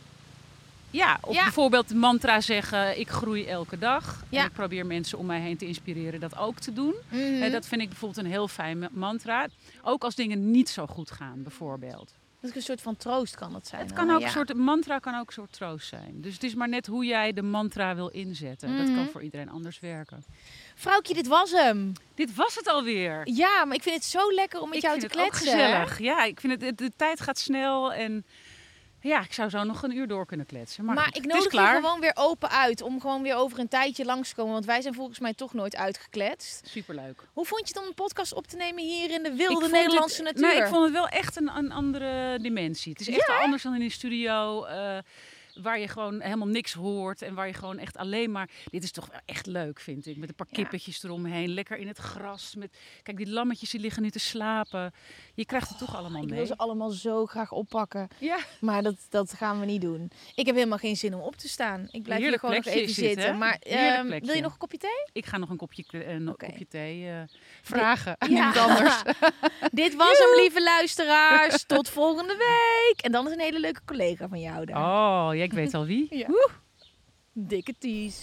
Ja, of ja. bijvoorbeeld de mantra zeggen, ik groei elke dag. Ja. En ik probeer mensen om mij heen te inspireren dat ook te doen. Mm-hmm. En dat vind ik bijvoorbeeld een heel fijn mantra. Ook als dingen niet zo goed gaan, bijvoorbeeld. Dat is een soort van troost kan het zijn. Het kan ook ja. een soort, mantra kan ook een soort troost zijn. Dus het is maar net hoe jij de mantra wil inzetten. Mm-hmm. Dat kan voor iedereen anders werken. Vrouwtje, dit was hem. Dit was het alweer. Ja, maar ik vind het zo lekker om met ik jou te kletsen. Ik vind het ook gezellig. Ja, ik vind het, de, de tijd gaat snel en... Ja, ik zou zo nog een uur door kunnen kletsen. Maar, maar goed, ik nodig je gewoon weer open uit om gewoon weer over een tijdje langs te komen. Want wij zijn volgens mij toch nooit uitgekletst. Superleuk. Hoe vond je het om een podcast op te nemen hier in de wilde Nederlandse het, natuur? Nee, ik vond het wel echt een, een andere dimensie. Het is echt ja? anders dan in een studio... Uh, waar je gewoon helemaal niks hoort en waar je gewoon echt alleen maar... Dit is toch echt leuk, vind ik. Met een paar kippetjes ja. eromheen, lekker in het gras. Met... Kijk, die lammetjes die liggen nu te slapen. Je krijgt het oh, toch allemaal ik mee. Ik wil ze allemaal zo graag oppakken. Ja. Maar dat, dat gaan we niet doen. Ik heb helemaal geen zin om op te staan. Ik blijf hier gewoon nog even zit, zitten. Hè? Maar uh, wil je nog een kopje thee? Ik ga nog een kopje, uh, een okay. kopje thee uh, vragen aan ja. iemand anders. Dit was hem, lieve luisteraars. Tot volgende week. En dan is een hele leuke collega van jou daar. Oh, ja, ik weet al wie. Ja. Woe. Dikke tease.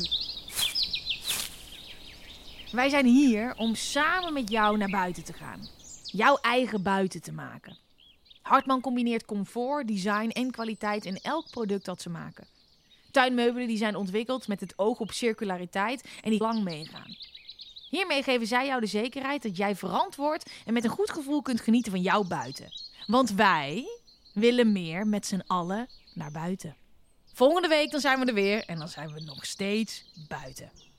Wij zijn hier om samen met jou naar buiten te gaan. Jouw eigen buiten te maken. Hartman combineert comfort, design en kwaliteit in elk product dat ze maken. Tuinmeubelen die zijn ontwikkeld met het oog op circulariteit en die lang meegaan. Hiermee geven zij jou de zekerheid dat jij verantwoord en met een goed gevoel kunt genieten van jouw buiten. Want wij willen meer met z'n allen naar buiten. Volgende week dan zijn we er weer en dan zijn we nog steeds buiten.